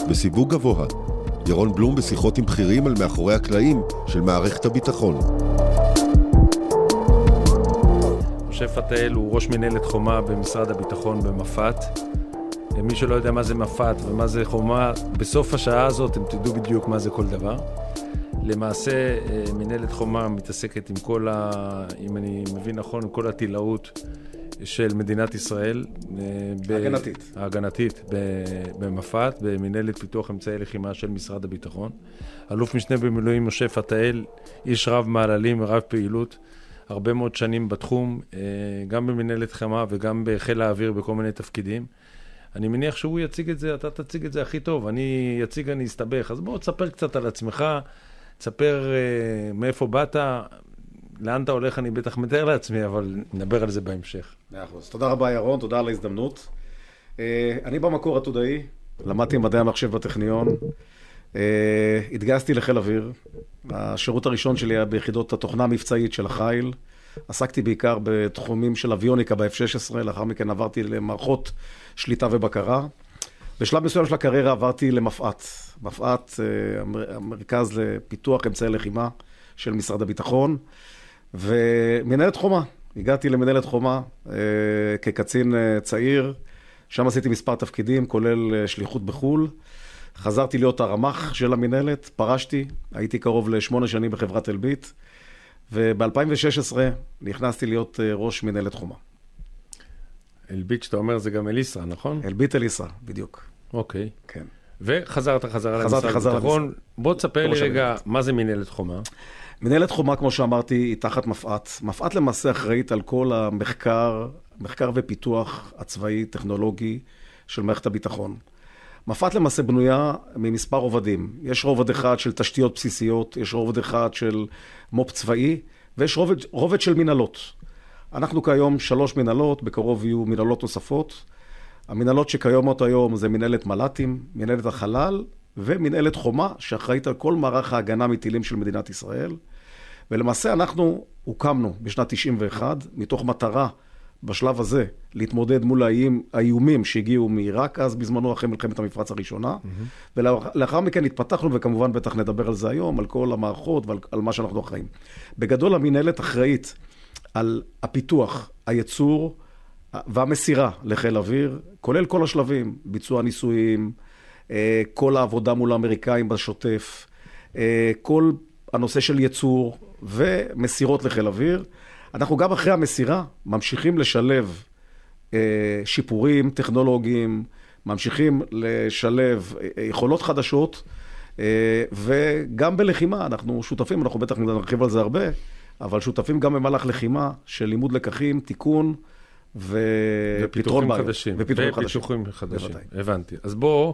בסיווג גבוה. ירון בלום בשיחות עם בכירים על מאחורי הקלעים של מערכת הביטחון. משה פתאל הוא ראש מנהלת חומה במשרד הביטחון במפת. למי שלא יודע מה זה מפת ומה זה חומה, בסוף השעה הזאת אתם תדעו בדיוק מה זה כל דבר. למעשה מנהלת חומה מתעסקת עם אם אני מבין נכון, עם כל התילאות של מדינת ישראל. ההגנתית במפת, במנהלת פיתוח אמצעי לחימה של משרד הביטחון. אלוף משנה במילואים משה פתאל, איש רב מעללים ורב פעילות, הרבה מאוד שנים בתחום, גם במנהלת חמה וגם בחיל האוויר בכל מיני תפקידים. אני מניח שהוא יציג את זה, אתה תציג את זה הכי טוב, אני אסתבך. אז בוא תספר קצת על עצמך, תספר מאיפה באת, לאן אתה הולך, אני בטח מתאר לעצמי, אבל נדבר על זה בהמשך. תודה רבה ירון, תודה על ההזדמנות. אני במקור עתודאי, למדתי מדעי המחשב בטכניון, התגייסתי לחיל אוויר, השירות הראשון שלי היה ביחידות התוכנה המבצעית של החיל, עסקתי בעיקר בתחומים של אביוניקה ב-F-16, לאחר מכן עברתי למערכות שליטה ובקרה. בשלב מסוים של הקריירה עברתי למפת. מפת, המרכז לפיתוח אמצעי לחימה של משרד הביטחון, ומנהלת חומה. הגעתי למנהלת חומה כקצין צעיר, שם עשיתי מספר תפקידים, כולל שליחות בחול. חזרתי להיות הרמ"ח של המנהלת, פרשתי, הייתי קרוב ל8 שנים בחברת אלביט, וב-2016 נכנסתי להיות ראש מנהלת חומה. אלביט, שאתה אומר, זה גם אליסה, נכון? אלביט אליסה, בדיוק. אוקיי. כן. וחזרת חזרה למשרד הביטחון. בוא תספר לי רגע, מה זה מנהלת חומה? מנהלת חומה, כמו שאמרתי, היא תחת מפת. מפת למעשה אחראית על כל המחקר ופיתוח הצבאי, טכנולוגי של מערכת הביטחון. מפת למעשה בנויה ממספר רובדים. יש רובד אחד של תשתיות בסיסיות, יש רובד אחד של מו"פ צבאי, ויש רובד של מנהלות. אנחנו כיום 3 מנהלות, בקרוב יהיו מנהלות נוספות. המנהלות שכיומות היום זה מנהלת מל"טים, מנהלת החלל, ומנהלת חומה, שאחראית על כל מערך ההגנה מטילים של מדינת ישראל. ולמעשה אנחנו הוקמנו בשנת 91, מתוך מטרה בשלב הזה להתמודד מול האיומים שהגיעו מעיראק, אז בזמנו אחרי מלחמת המפרץ הראשונה, ולאחר מכן התפתחנו, וכמובן בטח נדבר על זה היום, על כל המערכות ועל מה שאנחנו אחראים. בגדול המנהלת אחראית על הפיתוח, הייצור והמסירה לחיל אוויר, כולל כל השלבים, ביצוע ניסויים, כל העבודה מול האמריקאים בשוטף, כל הנושא של ייצור ומסירות לחיל אוויר. אנחנו גם אחרי המסירה ממשיכים לשלב שיפורים טכנולוגיים, ממשיכים לשלב יכולות חדשות, וגם בלחימה אנחנו שותפים, אנחנו בטח נרחיב על זה הרבה, אבל שותפים גם במהלך לחימה של לימוד לקחים, תיקון ופתרון בעיות. ופיתוחים חדשים. הבנתי. אז בוא,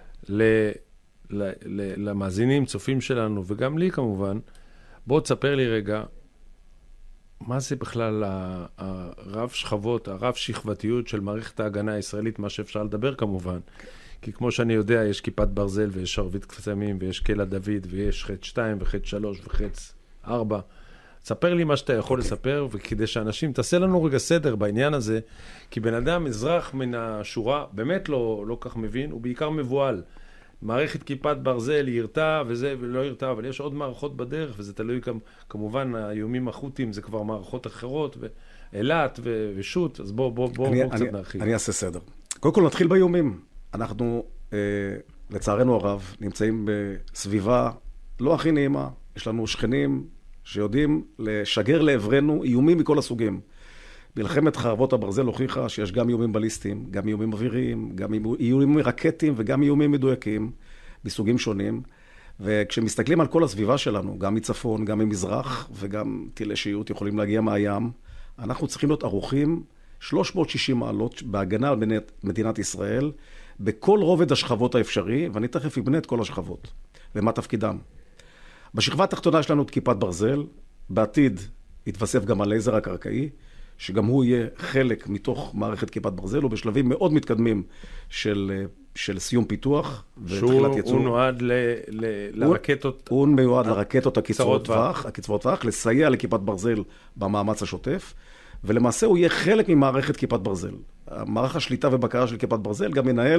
למאזינים, צופים שלנו, וגם לי כמובן, בוא תספר לי רגע, מה זה בכלל הרב שכבות, הרב שכבתיות של מערכת ההגנה הישראלית, מה שאפשר לדבר כמובן. כי כמו שאני יודע, יש כיפת ברזל ויש שרביט קסמים ויש קלע דוד ויש חץ 2 וחץ 3 וחץ 4. ספר לי מה שאתה יכול לספר, וכדי שאנשים, תעשה לנו רגע סדר בעניין הזה, כי בן אדם אזרח מן השורה, באמת לא כך מבין, הוא בעיקר מבועל. מערכת כיפת ברזל היא ירתה וזה ולא ירתה, אבל יש עוד מערכות בדרך, וזה תלוי כמובן, האיומים החות'ים זה כבר מערכות אחרות, ואילת ושוט, אז בוא קצת נרחיב. אני אעשה סדר. קודם כל נתחיל באיומים. אנחנו, לצערנו הרב, נמצאים בסביבה לא הכי נעימה. יש לנו שכנים שיודעים לשגר לעברנו איומים מכל הסוגים. מלחמת חרבות הברזל הוכיחה שיש גם איומים בליסטיים, גם איומים אוויריים, גם איומים רקטיים וגם איומים מדויקים בסוגים שונים. וכשמסתכלים על כל הסביבה שלנו, גם מצפון, גם ממזרח וגם טילי שיוט יכולים להגיע מהים, אנחנו צריכים להיות ערוכים 360 מעלות בהגנה על מדינת ישראל, בכל רובד השכבות האפשרי, ואני תכף אבנה את כל השכבות ומה תפקידם. בשכבה התחתונה יש לנו את כיפת ברזל, בעתיד יתווסף גם הלייזר הקרקעי, שגם הוא יהיה חלק מתוך מערכת כיפת ברזל, ובשלבים מאוד מתקדמים של סיום פיתוח ותחילת ייצור. שהוא נועד לרקטות... הוא מיועד לרקטות הקצרות טווח, לסייע לכיפת ברזל במאמץ השוטף, ולמעשה הוא יהיה חלק ממערכת כיפת ברזל. מערך השליטה ובקרה של כיפת ברזל גם ינהל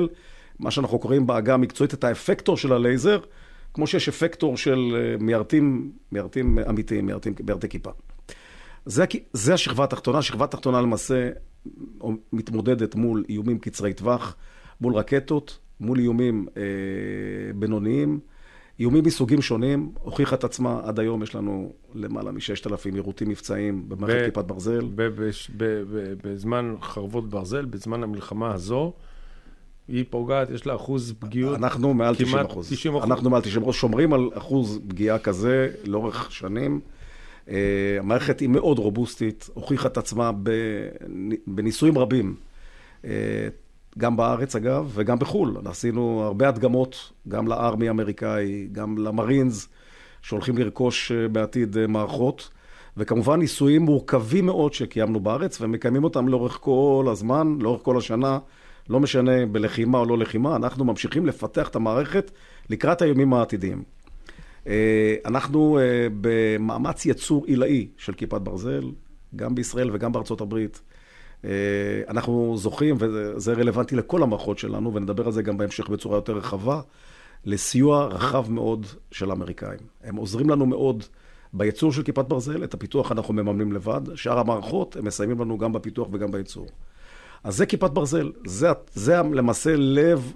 מה שאנחנו קוראים בעגה המקצועית, את האפקטור של הלייזר, כמו שיש אפקטור של מיירטים אמיתיים, מיירטי כיפה. זה השכבה התחתונה. השכבה התחתונה למעשה מתמודדת מול איומים קצרי טווח, מול רקטות, מול איומים בינוניים, איומים מסוגים שונים. הוכיחה את עצמה, עד היום יש לנו למעלה מ-6,000 יירוטים מבצעיים במערכת כיפת ברזל. בזמן חרבות ברזל, בזמן המלחמה הזו, היא פוגעת, יש לה אחוז פגיעות. אנחנו מעל 90%. אנחנו מעל 90%. שומרים על אחוז פגיעה כזה לאורך שנים. המערכת היא מאוד רובוסטית, הוכיחה את עצמה בניסויים רבים. גם בארץ אגב, וגם בחול. עשינו הרבה הדגמות, גם לארמי האמריקאי, גם למרינס, שהולכים לרכוש בעתיד מערכות. וכמובן ניסויים מורכבים מאוד שקיימנו בארץ, ומקיימים אותם לאורך כל הזמן, לאורך כל השנה. לא משנה בלחימה או לא לחימה, אנחנו ממשיכים לפתח את המערכת לקראת הימים העתידיים. אנחנו במאמץ יצור עילאי של כיפת ברזל, גם בישראל וגם בארצות הברית. אנחנו זוכים, וזה רלוונטי לכל המערכות שלנו, ונדבר על זה גם בהמשך בצורה יותר רחבה, לסיוע רחב מאוד של האמריקאים. הם עוזרים לנו מאוד ביצור של כיפת ברזל, את הפיתוח אנחנו מממנים לבד, שאר המערכות הם מסיימים לנו גם בפיתוח וגם ביצור. אז זה כיפת ברזל, זה למעשה לב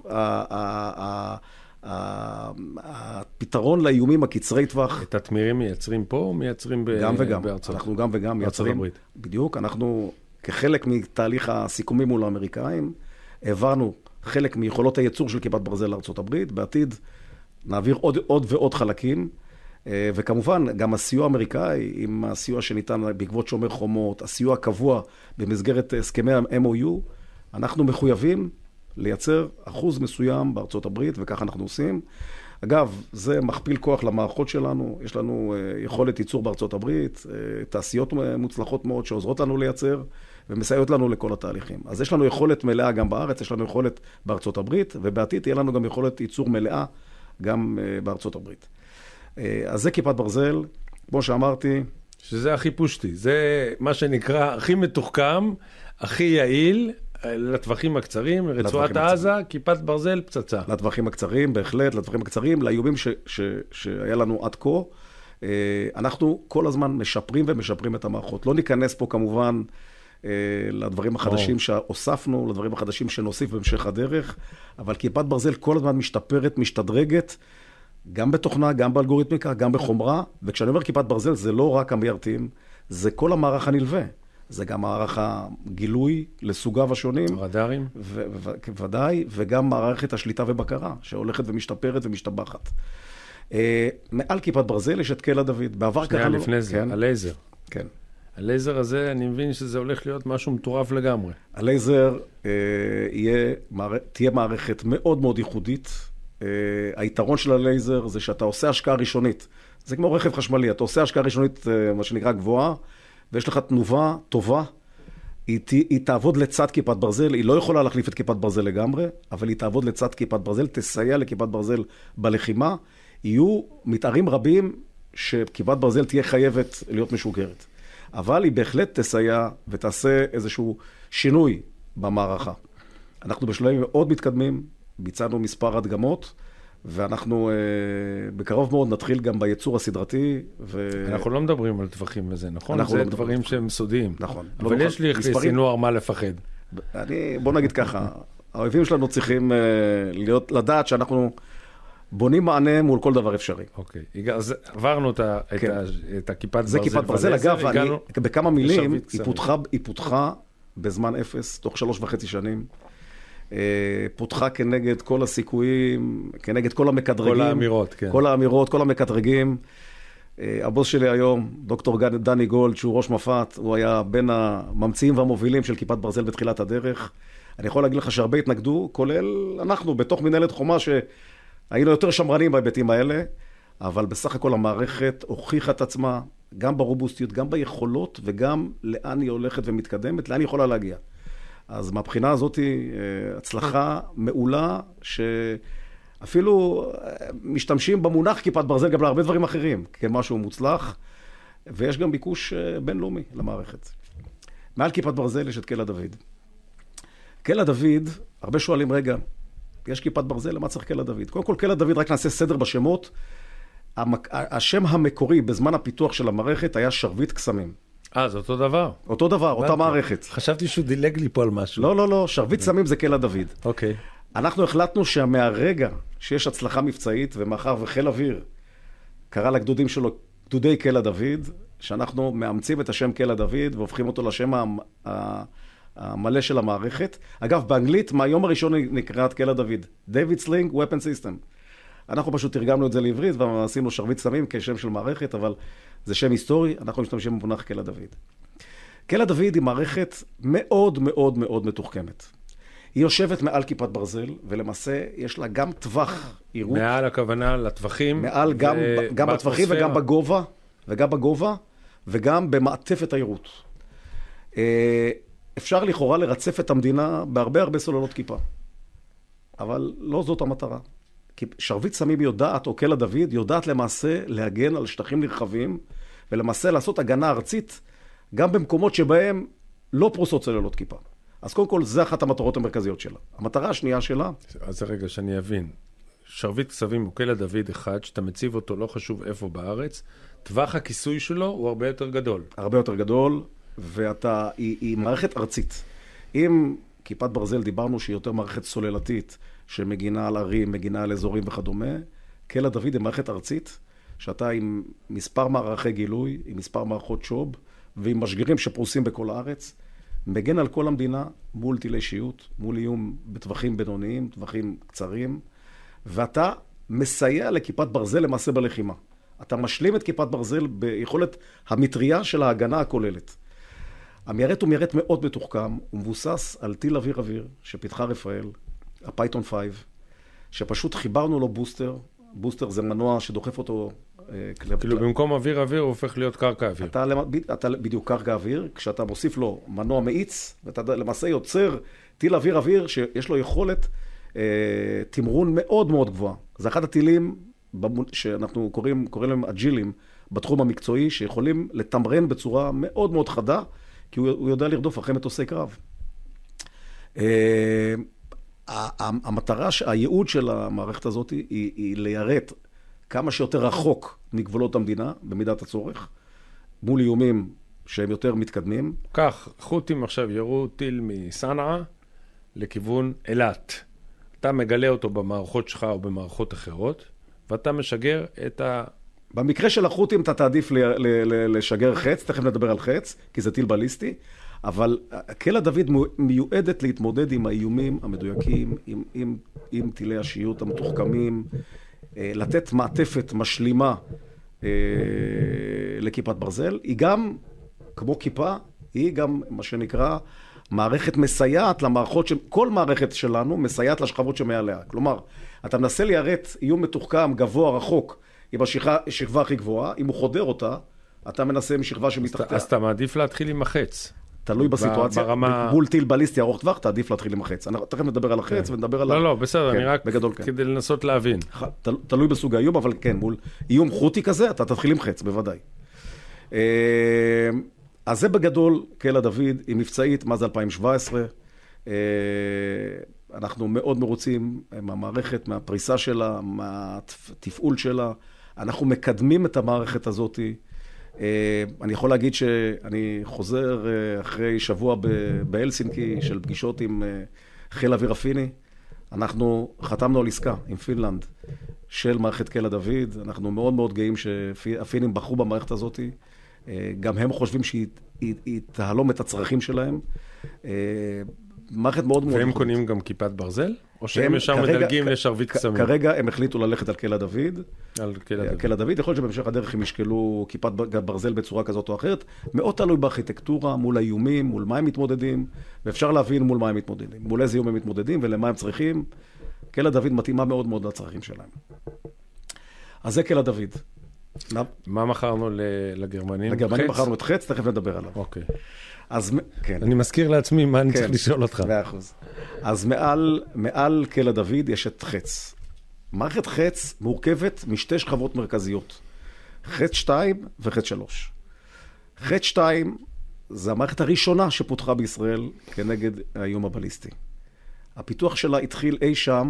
הפתרון לאיומים הקצרי טווח. את התמירים מייצרים פה או מייצרים גם וגם. אנחנו גם וגם מייצרים. בדיוק, אנחנו כחלק מתהליך הסיכומים מול האמריקאים, העברנו חלק מיכולות הייצור של כיפת ברזל לארצות הברית, בעתיד נעביר עוד ועוד חלקים, וכמובן גם הסיוע האמריקאי, עם הסיוע שניתן בעקבות שומר חומות, הסיוע הקבוע במסגרת הסכמי ה-MOU, אנחנו מחויבים לייצר אחוז מסוים בארצות הברית, וכך אנחנו עושים. אגב, זה מכפיל כוח למערכות שלנו, יש לנו יכולת ייצור בארצות הברית, תעשיות מוצלחות מאוד שעוזרות לנו לייצר, ומסייעות לנו לכל התהליכים. אז יש לנו יכולת מלאה גם בארץ, יש לנו יכולת בארצות הברית, ובעתיד תהיה לנו גם יכולת ייצור מלאה גם בארצות הברית. אז זה כיפת ברזל, כמו שאמרתי. שזה הכי פושטי, זה מה שנקרא הכי מתוחכם, הכי יעיל, לטווחים הקצרים, לרצועת עזה, כיפת ברזל, פצצה. לטווחים הקצרים, בהחלט, לטווחים הקצרים, לאיומים שהיה לנו עד כה. אנחנו כל הזמן משפרים ומשפרים את המערכות. לא ניכנס פה כמובן לדברים החדשים שהוספנו, לדברים החדשים שנוסיף בהמשך הדרך, אבל כיפת ברזל כל הזמן משתפרת, משתדרגת, גם בתוכנה, גם באלגוריתמיקה, גם בחומרה, וכשאני אומר כיפת ברזל, זה לא רק המיירטים, זה כל המערך הנלווה. זה גם מערך הגילוי לסוגיו השונים. רדארים. ודאי, וגם מערכת השליטה ובקרה, שהולכת ומשתפרת ומשתבחת. מעל כיפת ברזל יש את קלע דוד. בעבר שנייה לפני זה, כן. הלייזר. כן. הלייזר הזה, אני מבין שזה הולך להיות משהו מטורף לגמרי. הלייזר תהיה מערכת מאוד מאוד ייחודית. היתרון של הלייזר זה שאתה עושה השקעה ראשונית. זה כמו רכב חשמלי, אתה עושה השקעה ראשונית, מה שנקרא גבוהה, ויש לך תנובה טובה, היא תעבוד לצד כיפת ברזל, היא לא יכולה להחליף את כיפת ברזל לגמרי, אבל היא תעבוד לצד כיפת ברזל, תסייע לכיפת ברזל בלחימה. יהיו מתארים רבים שכיפת ברזל תהיה חייבת להיות משוגרת. אבל היא בהחלט תסייע ותעשה איזשהו שינוי במערכה. אנחנו בשלבים מאוד מתקדמים, ביצענו מספר הדגמות, ואנחנו בקרוב מאוד נתחיל גם בייצור הסדרתי. אנחנו לא מדברים על טווחים וזה, נכון? זה דברים שהם סודיים. נכון. אבל יש לי סינואר מה לפחד. בוא נגיד ככה, האויבים שלנו צריכים לדעת שאנחנו בונים מענה מול כל דבר אפשרי. אוקיי, אז עברנו את הכיפת ברזל. זה כיפת ברזל, אגב, בכמה מילים, היא פותחה בזמן אפס, תוך 3.5 שנים. פותחה כנגד כל הסיכויים, כנגד כל המקדרגים. כל האמירות, כן. כל האמירות, כל המקדרגים. הבוס שלי היום, דוקטור דני גולד, שהוא ראש מפת, הוא היה בין הממציאים והמובילים של כיפת ברזל בתחילת הדרך. אני יכול להגיד לך שהרבה התנגדו, כולל אנחנו, בתוך מנהלת חומה, שהיינו יותר שמרנים בהיבטים האלה, אבל בסך הכל המערכת הוכיחה את עצמה, גם ברובוסטיות, גם ביכולות, וגם לאן היא הולכת ומתקדמת, לאן היא יכולה להגיע. אז מהבחינה הזאת הצלחה מעולה, שאפילו משתמשים במונח כיפת ברזל גם להרבה דברים אחרים, כמשהו מוצלח, ויש גם ביקוש בינלאומי למערכת. מעל כיפת ברזל יש את קלע דוד. קלע דוד, הרבה שואלים, רגע, יש כיפת ברזל, למה צריך קלע דוד? קודם כל, קלע דוד, רק נעשה סדר בשמות. השם המקורי בזמן הפיתוח של המערכת היה שרביט קסמים. זה אותו דבר. אותו דבר, אותה מערכת. חשבתי שהוא דילג לי פה על משהו. לא, שרביט קסמים זה קלע דוד. אוקיי. אנחנו החלטנו שמהרגע שיש הצלחה מבצעית, ומאחר וחיל אוויר קרא לגדודים שלו גדודי קלע דוד, שאנחנו מאמצים את השם קלע דוד והופכים אותו לשם המלא של המערכת. אגב, באנגלית, מהיום הראשון נקראת קלע דוד. David Sling Weapon System. אנחנו פשוט תרגמנו את זה לעברית, ועשינו שרביט קסמים כשם של מערכת, אבל זה שם היסטורי, אנחנו משתמשים במונח קלע דוד. קלע דוד היא מערכת מאוד מאוד מאוד מתוחכמת. היא יושבת מעל כיפת ברזל, ולמעשה יש לה גם טווח עירות. מעל הכוונה לטווחים. מעל גם בטווחים וגם בגובה, וגם במעטפת העירות. אפשר לכאורה לרצף את המדינה בהרבה הרבה סוללות כיפה. אבל לא זאת המטרה. כי שרביט קסמים יודעת, או קלע דוד, יודעת למעשה להגן על שטחים נרחבים, ולמעשה לעשות הגנה ארצית, גם במקומות שבהם לא פרוסות סוללות כיפה. אז קודם כל, זה אחת המטרות המרכזיות שלה. המטרה השנייה שלה... אז רגע שאני אבין. שרביט קסמים הוא קלע דוד אחד, שאתה מציב אותו לא חשוב איפה בארץ, טווח הכיסוי שלו הוא הרבה יותר גדול. הרבה יותר גדול, היא מערכת ארצית. אם כיפת ברזל דיברנו שהיא יותר מערכת סוללתית, שמגינה על ערים, מגינה על אזורים וכדומה, קלע דוד היא מערכת ארצית, שאתה עם מספר מערכי גילוי, עם מספר מערכות שוב, ועם משגרים שפרוסים בכל הארץ, מגן על כל המדינה מול טילי שיוט, מול איום בטווחים בינוניים, טווחים קצרים, ואתה מסייע לכיפת ברזל למעשה בלחימה. אתה משלים את כיפת ברזל ביכולת המטריה של ההגנה הכוללת. המיירט הוא מיירט מאוד מתוחכם, הוא מבוסס על טיל אוויר שפיתחה רפאל, הפייתון 5, שפשוט חיברנו לו בוסטר. בוסטר זה מנוע שדוחף אותו... כאילו במקום אוויר הוא הופך להיות קרקע אוויר. אתה בדיוק קרקע אוויר, כשאתה מוסיף לו מנוע מאיץ, ואתה למעשה יוצר טיל אוויר שיש לו יכולת תמרון מאוד מאוד גבוהה. זה אחד הטילים שאנחנו קוראים להם אג'ילים בתחום המקצועי, שיכולים לתמרן בצורה מאוד מאוד חדה, כי הוא יודע לרדוף אחרי מטוסי קרב. המטרה, הייעוד של המערכת הזאת היא ליירט כמה שיותר רחוק מגבולות המדינה, במידת הצורך, מול איומים שהם יותר מתקדמים. כך, חות'ים עכשיו ירו טיל מסנעה לכיוון אילת. אתה מגלה אותו במערכות שלך או במערכות אחרות, ואתה משגר את במקרה של החות'ים אתה תעדיף לשגר חץ, תכף נדבר על חץ, כי זה טיל בליסטי, אבל קלע דוד מיועדת להתמודד עם האיומים המדויקים, עם טילי השיוט המתוחכמים, לתת מעטפת משלימה לכיפת ברזל. היא גם, כמו כיפה, היא גם מה שנקרא מערכת מסייעת למערכות, כל מערכת שלנו מסייעת לשכבות שמעליה. כלומר, אתה מנסה ליירט איום מתוחכם, גבוה, רחוק, עם השכבה הכי גבוהה, אם הוא חודר אותה, אתה מנסה עם שכבה שמתחתיה. אז אתה מעדיף להתחיל עם החץ. תלוי בסיטואציה. מול טיל בליסטי ארוך טווח, אתה עדיף להתחיל עם החץ. תכף נדבר על החץ ונדבר על... לא, בסדר, אני רק כדי לנסות להבין. תלוי בסוג האיום, אבל כן, מול איום חותי כזה, אתה תתחיל עם חץ, בוודאי. אז זה בגדול, קלע דוד, היא מבצעית, מה זה 2017. אנחנו מאוד מרוצים מהמערכת, מהפריסה שלה, מהתפעול שלה. אנחנו מקדמים את המערכת הזאת. אני יכול להגיד שאני חוזר אחרי שבוע בהלסינקי של פגישות עם חיל אוויר הפיני. אנחנו חתמנו על עסקה עם פינלנד של מערכת קלע דוד. אנחנו מאוד מאוד גאים שהפינים בחרו במערכת הזאת. גם הם חושבים שהיא תהלום את הצרכים שלהם. מערכת מאוד מאוד... והם קונים גם כיפת ברזל? או שהם ישר מדלגים לשרביט קסמים? כרגע הם החליטו ללכת על קלע דוד. על קלע דוד. קלע דוד, יכול להיות שבהמשך הדרך הם ישקלו כיפת ברזל בצורה כזאת או אחרת. מאוד תלוי בארכיטקטורה, מול האיומים, מול מה הם מתמודדים, ואפשר להבין מול מה הם מתמודדים. מול איזה איום הם מתמודדים ולמה הם צריכים. קלע דוד מתאימה מאוד מאוד לצרכים שלהם. אז זה קלע דוד. מה מכרנו לגרמנים? לגרמנים מכרנו את חץ, תכף נדבר עליו. אוקיי. אז, כן. אני מזכיר לעצמי מה אני צריך לשאול אותך. 100%. אז מעל קלע דוד יש את חץ. מערכת חץ מורכבת משתי שכבות מרכזיות. חץ 2 וחץ 3. חץ 2 זה המערכת הראשונה שפותחה בישראל כנגד האיום הבליסטי. הפיתוח שלה התחיל אי שם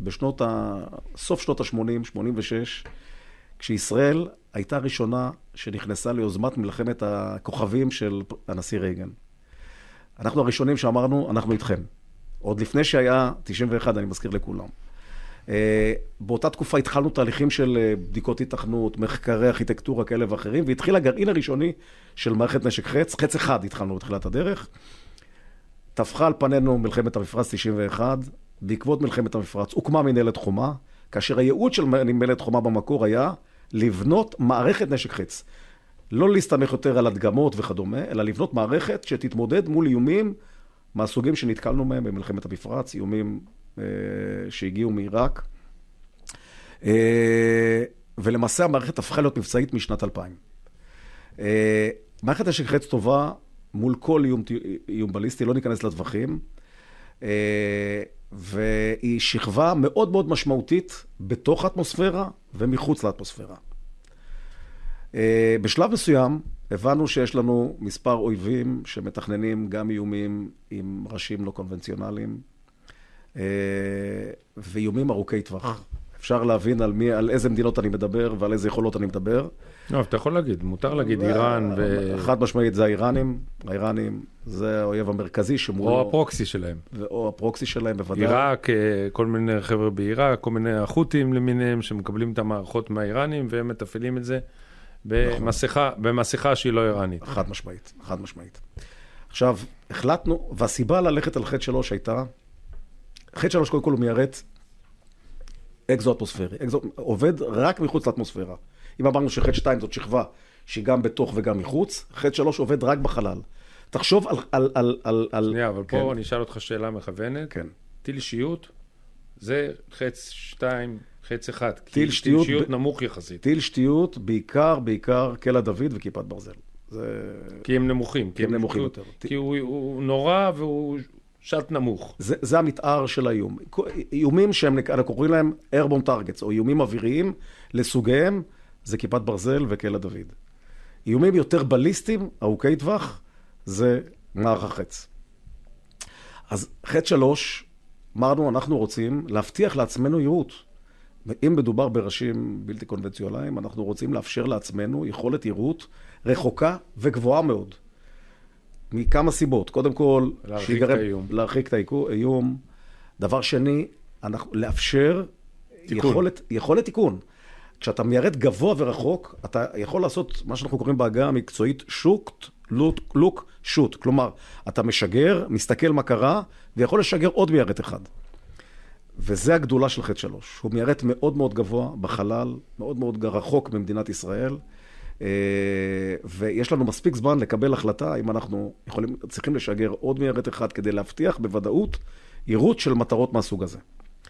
סוף שנות ה-80, 86, כשישראל הייתה הראשונה שנכנסה ליוזמת מלחמת הכוכבים של הנשיא רייגן. אנחנו הראשונים שאמרנו, אנחנו איתכם. עוד לפני שהיה 91, אני מזכיר לכולם. באותה תקופה התחלנו תהליכים של בדיקות התכנות, מחקרי ארכיטקטורה כאלה ואחרים, והתחיל הגרעין הראשוני של מערכת נשק חץ. חץ אחד התחלנו בתחילת הדרך. טפחה על פנינו מלחמת המפרץ 91, בעקבות מלחמת המפרץ הוקמה מנהלת חומה, כאשר הייעוד של מנהלת חומה במקור היה לבנות מערכת נשק חץ. לא להסתמך יותר על הדגמות וכדומה, אלא לבנות מערכת שתתמודד מול איומים מהסוגים שנתקלנו מהם במלחמת המפרץ, איומים שהגיעו מעיראק. ולמעשה המערכת הפכה להיות מבצעית משנת 2000. מערכת נשק חץ טובה מול כל איום בליסטי, לא ניכנס לטווחים, והיא שכבה מאוד מאוד משמעותית בתוך האטמוספירה ומחוץ לאטמוספירה. בשלב מסוים הבנו שיש לנו מספר אויבים שמתכננים גם איומים עם ראשים לא קונבנציונליים, ואיומים ארוכי טווח. אפשר להבין על איזה מדינות אני מדבר ועל איזה יכולות אני מדבר. לא, אתה יכול להגיד, מותר להגיד איראן חד משמעית זה האיראנים. האיראנים זה האויב המרכזי שמולו... או הפרוקסי שלהם. או הפרוקסי שלהם בוודאי. עיראק, כל מיני חבר'ה בעיראק, כל מיני החות'ים למיניהם שמקבלים את המערכות מהאיראנים והם מתפעלים את זה במסכה שהיא לא איראנית. חד משמעית, חד משמעית. עכשיו, החלטנו, והסיבה ללכת על חץ 3 הייתה, חץ 3 קודם כל הוא מיירט אקזו-אטמוספרי. עובד רק מחוץ לאטמוספירה. אם אמרנו שחץ 2 זאת שכבה שהיא גם בתוך וגם מחוץ, חץ 3 עובד רק בחלל. תחשוב על... שנייה, אבל פה אני אשאל אותך שאלה מכוונת. כן. טיל שיעוט זה חץ 2, חץ 1. טיל שיעוט נמוך יחסית. טיל שיעוט בעיקר קלע דוד וכיפת ברזל. כי הם נמוכים. כי הם נמוכים יותר. כי הוא נורא והוא שט נמוך. זה המתאר של האיום. איומים שאנחנו קוראים להם airborne targets, או איומים אוויריים לסוגיהם, זה כיפת ברזל וקלע דוד. איומים יותר בליסטיים, ארוכי טווח, זה מערך החץ. אז חץ 3, אמרנו, אנחנו רוצים להבטיח לעצמנו יירוט. אם מדובר בראשים בלתי קונבנציונליים, אנחנו רוצים לאפשר לעצמנו יכולת יירוט רחוקה וגבוהה מאוד. מכמה סיבות. קודם כל, להרחיק את האיום. דבר שני, לאפשר יכולת תיקון. כשאתה מיירט גבוה ורחוק, אתה יכול לעשות מה שאנחנו קוראים בהגה המקצועית לוק שוט. כלומר, אתה משגר, מסתכל מה קרה, ויכול לשגר עוד מיירט אחד. וזה הגדולה של חץ 3. הוא מיירט מאוד מאוד גבוה בחלל, מאוד מאוד רחוק ממדינת ישראל, ויש לנו מספיק זמן לקבל החלטה אם אנחנו צריכים לשגר עוד מיירט אחד כדי להבטיח בוודאות יירוט של מטרות מהסוג הזה.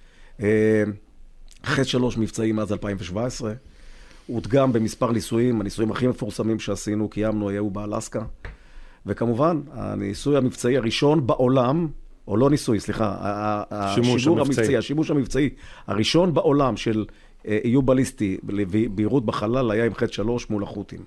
חץ 3 מבצעים מאז 2017, הוא הודגם במספר ניסויים, הניסויים הכי מפורסמים שעשינו, קיימנו, היו באלסקה, וכמובן, הניסוי המבצעי הראשון בעולם, או לא ניסוי, סליחה, השימוש המבצעי הראשון בעולם של איום בליסטי ביירוט בחלל היה עם חץ 3 מול החות'ים.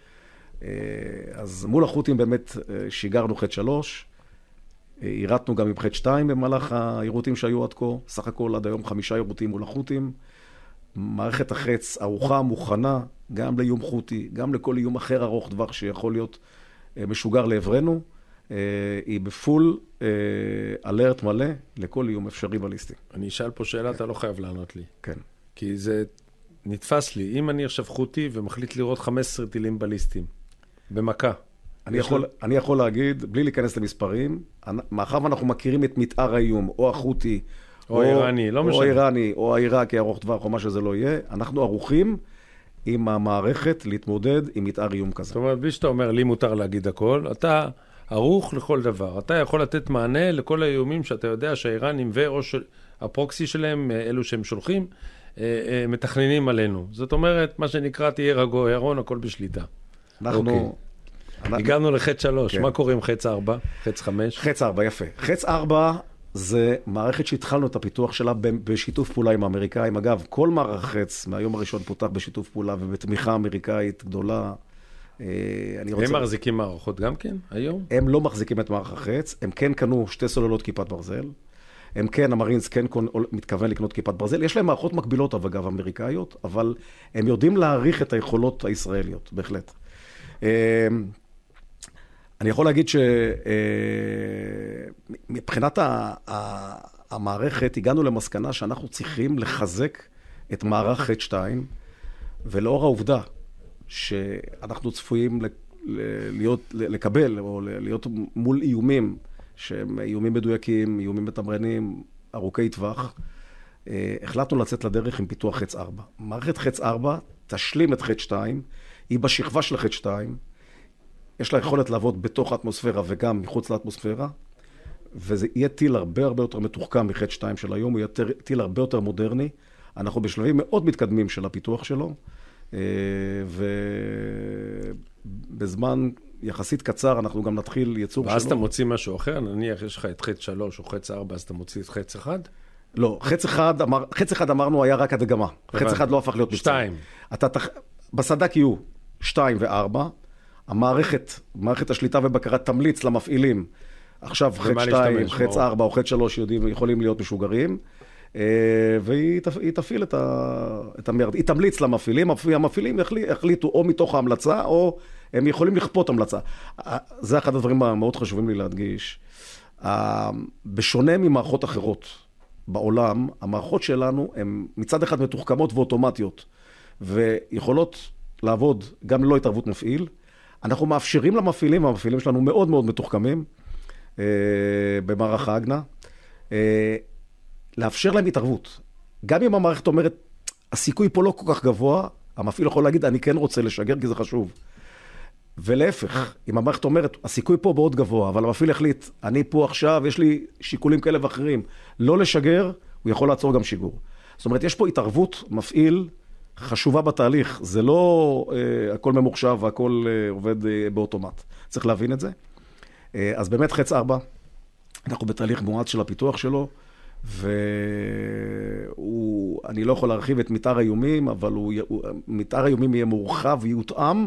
אז מול החות'ים באמת שיגרנו חץ 3, יירטנו גם עם חץ 2 במהלך היירוטים שהיו עד כה, סך הכל עד היום 5 יירוטים מול החות'ים. מערכת החץ ערוכה, מוכנה, גם לאיום חות'י, גם לכל איום אחר ארוך טווח שיכול להיות משוגר לעברנו, היא בפול אלרט מלא לכל איום אפשרי בליסטי. אני אשאל פה שאלה, אתה לא חייב לענות לי. כן. כי זה נתפס לי. אם אני עכשיו חותי ומחליט לראות 15 טילים בליסטיים, במכה. אני יכול להגיד, בלי להיכנס למספרים, מאחר ואנחנו מכירים את מתאר האיום, או החותי, או איראני, לא משנה. או איראני, או העיראקי, ארוך טווח, או מה שזה לא יהיה, אנחנו ערוכים עם המערכת להתמודד עם מתאר איום כזה. זאת אומרת, בלי שאתה אומר, לי מותר להגיד הכל, אתה ערוך לכל דבר. אתה יכול לתת מענה לכל האיומים שאתה יודע שהאיראנים וראש הפרוקסי שלהם, אלו שהם שולחים, מתכננים עלינו. זאת אומרת, מה שנקרא תהיה רגוע, ירון, הכל בשליטה. הגענו לחץ 3, מה קורה עם חץ 4, חץ 5? חץ 4, יפה. חץ 4 זה מערכת שהתחלנו את הפיתוח שלה בשיתוף פעולה עם האמריקאים. אגב, כל מערך חץ מהיום הראשון פותח בשיתוף פעולה ובתמיכה אמריקאית גדולה. הם מחזיקים מערכות גם כן היום? הם לא מחזיקים את מערך החץ, הם כן קנו 2 סוללות כיפת ברזל. הם כן, המרינס כן מתכוון לקנות כיפת ברזל. יש להם מערכות מקבילות, אגב, אמריקאיות, אבל הם יודעים להעריך את היכולות הישראליות, בהחלט. אני יכול להגיד שמבחינת המערכת, הגענו למסקנה שאנחנו צריכים לחזק את מערך H2, ולאור העובדה שאנחנו צפויים לקבל, או להיות מול איומים, שהם איומים מדויקים, איומים מתמרנים, ארוכי טווח, החלטנו לצאת לדרך עם פיתוח חץ 4. מערכת חץ 4 תשלים את חץ 2, היא בשכבה של חץ 2, יש לה יכולת לעבוד בתוך האטמוספירה וגם מחוץ לאטמוספירה, וזה יהיה טיל הרבה יותר מתוחכם מחץ 2 של היום, הוא יהיה טיל הרבה יותר מודרני. אנחנו בשלבים מאוד מתקדמים של הפיתוח שלו, ובזמן יחסית קצר אנחנו גם נתחיל ייצור שלו. ואז אתה מוציא משהו אחר? נניח יש לך את חץ 3 או חץ 4, אז אתה מוציא את חץ 1? לא, חץ 1 אמרנו היה רק הדגמה. חץ 1 לא הפך להיות מבצע. 2. בסדק יהיו 2 ו-4. מערכת השליטה ובקרה תמליץ למפעילים. עכשיו חץ 2, חץ 4 או חץ 3 יכולים להיות משוגרים. והיא תפעיל את המרד. היא תמליץ למפעילים. המפעילים יחליטו או מתוך ההמלצה או הם יכולים לכפות המלצה. זה אחד הדברים המאוד חשובים לי להדגיש. בשונה ממערכות אחרות בעולם, המערכות שלנו הן מצד אחד מתוחכמות ואוטומטיות, ויכולות לעבוד גם ללא התערבות מפעיל. אנחנו מאפשרים למפעילים, והמפעילים שלנו מאוד מאוד מתוחכמים, במערך האגנה, לאפשר להם התערבות. גם אם המערכת אומרת, הסיכוי פה לא כל כך גבוה, המפעיל יכול להגיד, אני כן רוצה לשגר כי זה חשוב. ולהפך, אם המערכת אומרת, הסיכוי פה מאוד גבוה, אבל המפעיל החליט, אני פה עכשיו, יש לי שיקולים כאלה ואחרים, לא לשגר, הוא יכול לעצור גם שיגור. זאת אומרת, יש פה התערבות מפעיל חשובה בתהליך, זה לא הכל ממוחשב והכל עובד באוטומט. צריך להבין את זה. אז באמת חץ 4, אנחנו בתהליך מואץ של הפיתוח שלו, ואני לא יכול להרחיב את מתאר האיומים, אבל מתאר האיומים יהיה מורחב ויותאם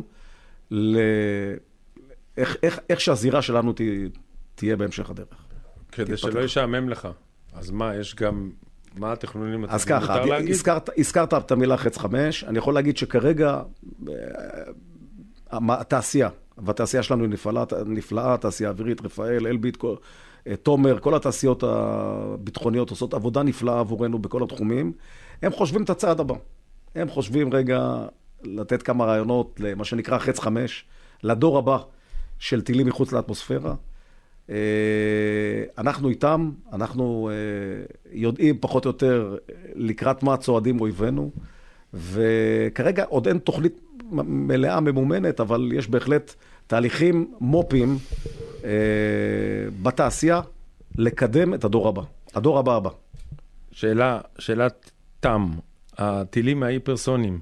איך שהזירה שלנו תהיה בהמשך הדרך. כדי שלא ישעמם לך. אז מה, יש גם, מה התכנונים? אז ככה, הזכרת את המילה חץ 5, אני יכול להגיד שכרגע התעשייה, והתעשייה שלנו היא נפלאה, תעשייה אווירית, רפאל, אלביט, תומר, כל התעשיות הביטחוניות עושות עבודה נפלאה עבורנו בכל התחומים. הם חושבים את הצעד הבא. הם חושבים רגע לתת כמה רעיונות למה שנקרא חץ 5, לדור הבא של טילים מחוץ לאטמוספירה. אנחנו איתם, אנחנו יודעים פחות או יותר לקראת מה צועדים אויבינו, וכרגע עוד אין תוכנית מלאה ממומנת, אבל יש בהחלט תהליכים מופים בתעשייה לקדם את הדור הבא. הדור הבא. שאלת תם, הטילים ההיפרסונים,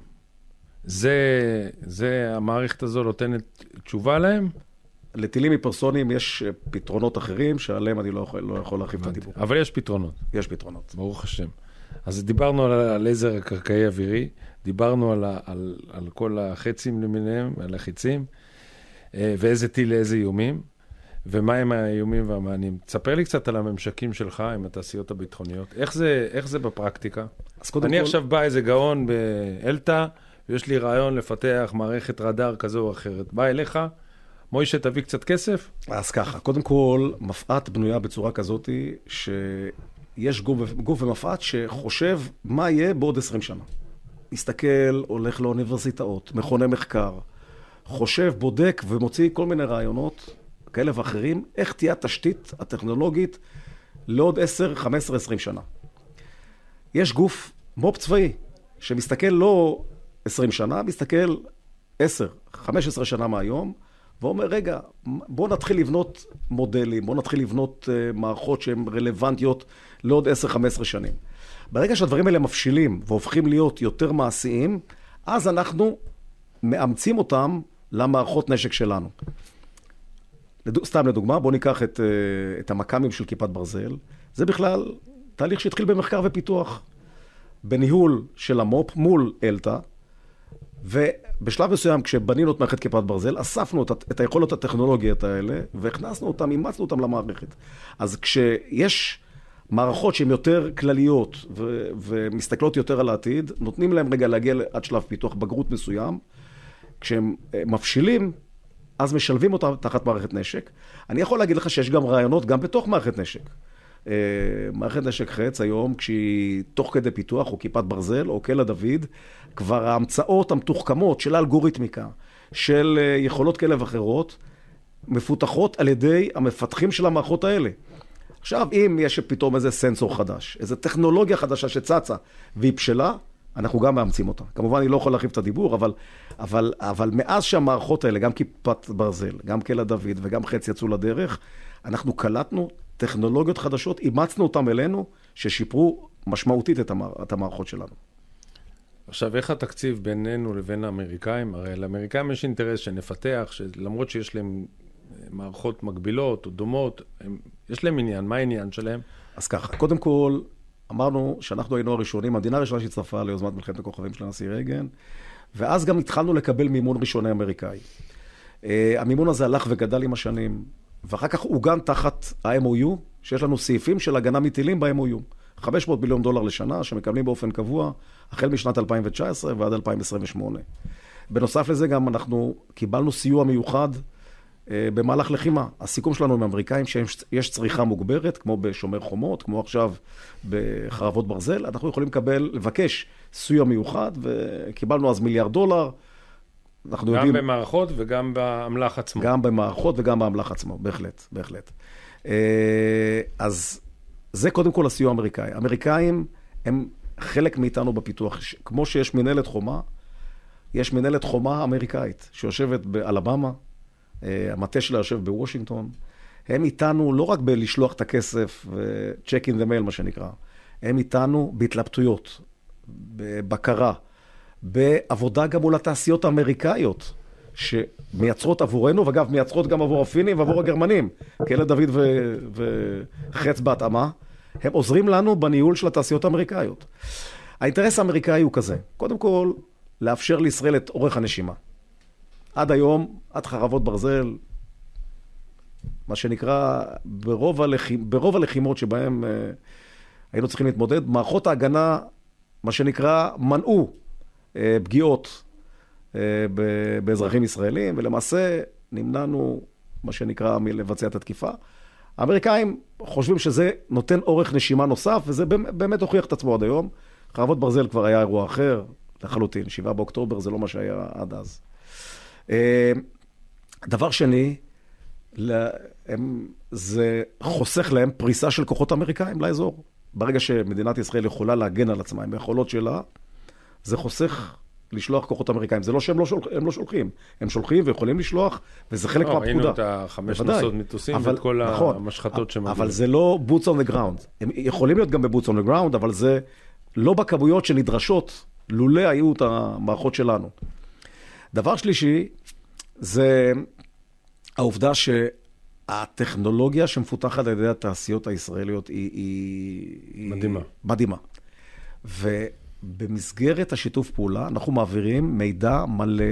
זה המערכת הזו נותנת תשובה להם? לטילים היפרסוניים יש פתרונות אחרים, שעליהם אני לא יכול להרחיב את הדיבור. אבל יש פתרונות. יש פתרונות. ברוך השם. אז דיברנו על הלייזר הקרקעי אווירי, דיברנו על כל החצים למיניהם, על החיצים, ואיזה טיל לאיזה איומים, ומה הם האיומים והמענים. תספר לי קצת על הממשקים שלך עם התעשיות הביטחוניות. איך זה בפרקטיקה? אני עכשיו בא איזה גאון באלטה, ויש לי רעיון לפתח מערכת רדאר כזו או אחרת. בא אליך, מוישה, תביא קצת כסף? אז ככה, קודם כל, מפעת בנויה בצורה כזאת, שיש גוף ומפעת שחושב מה יהיה בעוד 20 שנה. מסתכל, הולך לאוניברסיטאות, מכוני מחקר, חושב, בודק ומוציא כל מיני רעיונות כאלה ואחרים, איך תהיה התשתית הטכנולוגית לעוד 10, 15, 20 שנה. יש גוף מו"פ צבאי, שמסתכל לא 20 שנה, מסתכל 10, 15 שנה מהיום, ואומר, רגע, בוא נתחיל לבנות מודלים, בוא נתחיל לבנות מערכות שהן רלוונטיות לעוד 10-15 שנים. ברגע שהדברים האלה מבשילים והופכים להיות יותר מעשיים, אז אנחנו מאמצים אותם למערכות נשק שלנו. סתם לדוגמה, בוא ניקח את המקמים של כיפת ברזל. זה בכלל תהליך שהתחיל במחקר ופיתוח, בניהול של המו"פ מול אלטה, ובשלב מסוים, כשבנינו את מערכת כיפת ברזל, אספנו את היכולות הטכנולוגיות האלה, והכנסנו אותם, אימצנו אותם למערכת. אז כשיש מערכות שהן יותר כלליות ומסתכלות יותר על העתיד, נותנים להם רגע להגיע עד שלב פיתוח בגרות מסוים. כשהם מפשילים, אז משלבים אותם תחת מערכת נשק. אני יכול להגיד לך שיש גם רעיונות גם בתוך מערכת נשק. מערכת נשק חץ היום, כשהיא תוך כדי פיתוח, או כיפת ברזל, או כלא דוד, כבר ההמצאות המתוחכמות של האלגוריתמיקה, של יכולות כאלה ואחרות, מפותחות על ידי המפתחים של המערכות האלה. עכשיו, אם יש פתאום איזה סנסור חדש, איזו טכנולוגיה חדשה שצצה והיא בשלה, אנחנו גם מאמצים אותה. כמובן, אני לא יכול להרחיב את הדיבור, אבל מאז שהמערכות האלה, גם כיפת ברזל, גם כלא דוד וגם חץ יצאו לדרך, אנחנו קלטנו טכנולוגיות חדשות, אימצנו אותם אלינו, ששיפרו משמעותית את המערכות שלנו. עכשיו, איך התקציב בינינו לבין האמריקאים? הרי לאמריקאים יש אינטרס שנפתח, למרות שיש להם מערכות מקבילות או דומות, יש להם עניין. מה העניין שלהם? אז ככה, קודם כל, אמרנו שאנחנו היינו הראשונים, המדינה הראשונה שהצטרפה ליוזמת מלחמת הכוכבים של הנשיא רייגן, ואז גם התחלנו לקבל מימון ראשוני אמריקאי. המימון הזה הלך וגדל עם השנים, ואחר כך עוגן תחת ה-MOU, שיש לנו סעיפים של הגנה מטילים ב-MOU. $500 מיליון לשנה, שמקבלים באופן קבוע, החל משנת 2019 ועד 2028. בנוסף לזה גם אנחנו קיבלנו סיוע מיוחד במהלך לחימה. הסיכום שלנו עם האמריקאים שיש צריכה מוגברת, כמו בשומר חומות, כמו עכשיו בחרבות ברזל, אנחנו יכולים לבקש סיוע מיוחד, וקיבלנו אז $1 מיליארד. גם יודעים, במערכות וגם באמל"ח עצמו. גם במערכות וגם באמל"ח עצמו, בהחלט, בהחלט. אז זה קודם כל הסיוע האמריקאי. האמריקאים הם חלק מאיתנו בפיתוח. כמו שיש מנהלת חומה, יש מנהלת חומה אמריקאית, שיושבת באלבמה, המטה שלה יושב בוושינגטון. הם איתנו לא רק בלשלוח את הכסף, check in the mail מה שנקרא, הם איתנו בהתלבטויות, בבקרה, בעבודה גם מול התעשיות האמריקאיות, שמייצרות עבורנו, ואגב, מייצרות גם עבור הפינים ועבור הגרמנים, כאלה דוד וחץ בהתאמה, הם עוזרים לנו בניהול של התעשיות האמריקאיות. האינטרס האמריקאי הוא כזה, קודם כל, לאפשר לישראל את אורך הנשימה. עד היום, עד חרבות ברזל, מה שנקרא, ברוב הלחימות שבהם היינו צריכים להתמודד, מערכות ההגנה, מה שנקרא, מנעו פגיעות באזרחים ישראלים, ולמעשה נמנענו, מה שנקרא, מלבצע את התקיפה. האמריקאים חושבים שזה נותן אורך נשימה נוסף, וזה באמת הוכיח את עצמו עד היום. חרבות ברזל כבר היה אירוע אחר, לחלוטין. 7 באוקטובר זה לא מה שהיה עד אז. דבר שני, זה חוסך להם פריסה של כוחות אמריקאים לאזור. ברגע שמדינת ישראל יכולה להגן על עצמה עם היכולות שלה, זה חוסך לשלוח כוחות אמריקאים. זה לא שהם לא שולחים. הם שולחים ויכולים לשלוח, וזה חלק מהפקודה. ראינו את 5 נוסעות מטוסים ואת כל המשחטות שמגיעים. אבל זה לא boots on the ground. הם יכולים להיות גם ב-boots on the ground, אבל זה לא בכמויות שנדרשות לולא היו את המערכות שלנו. דבר שלישי, זה העובדה שהטכנולוגיה שמפותחת על ידי התעשיות הישראליות היא מדהימה. ובמסגרת השיתוף פעולה אנחנו מעבירים מידע מלא